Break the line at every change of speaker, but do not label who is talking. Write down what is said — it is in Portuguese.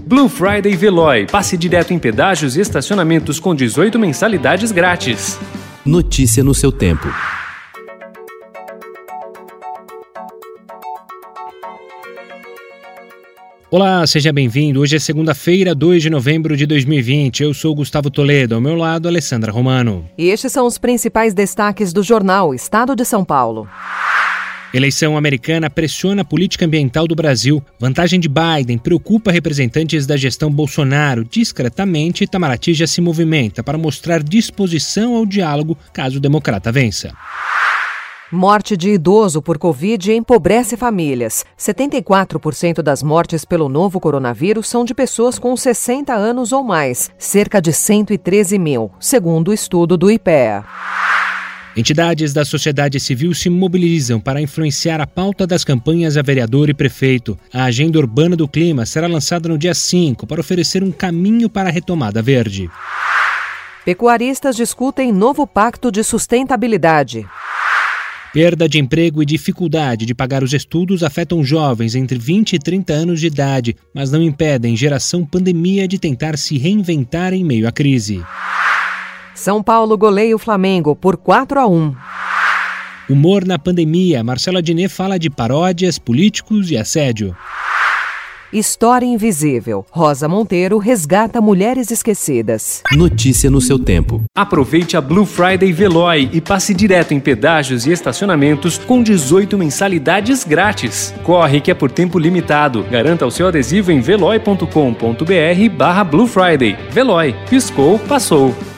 Blue Friday Veloy. Passe direto em pedágios e estacionamentos com 18 mensalidades grátis.
Notícia no seu tempo.
Olá, seja bem-vindo. Hoje é segunda-feira, 2 de novembro de 2020. Eu sou Gustavo Toledo, ao meu lado, Alessandra Romano.
E estes são os principais destaques do jornal Estado de São Paulo.
Eleição americana pressiona a política ambiental do Brasil. Vantagem de Biden preocupa representantes da gestão Bolsonaro. Discretamente, Itamaraty já se movimenta para mostrar disposição ao diálogo caso o democrata vença.
Morte de idoso por Covid empobrece famílias. 74% das mortes pelo novo coronavírus são de pessoas com 60 anos ou mais, cerca de 113 mil, segundo o estudo do IPEA.
Entidades da sociedade civil se mobilizam para influenciar a pauta das campanhas a vereador e prefeito. A Agenda Urbana do Clima será lançada no dia 5 para oferecer um caminho para a retomada verde.
Pecuaristas discutem novo pacto de sustentabilidade.
Perda de emprego e dificuldade de pagar os estudos afetam jovens entre 20 e 30 anos de idade, mas não impedem geração pandemia de tentar se reinventar em meio à crise.
São Paulo goleia o Flamengo por 4-1.
Humor na pandemia. Marcelo Adnet fala de paródias, políticos e assédio.
História invisível. Rosa Monteiro resgata mulheres esquecidas.
Notícia no seu tempo.
Aproveite a Blue Friday Veloy e passe direto em pedágios e estacionamentos com 18 mensalidades grátis. Corre que é por tempo limitado. Garanta o seu adesivo em veloy.com.br/Blue Friday. Veloy. Piscou, passou.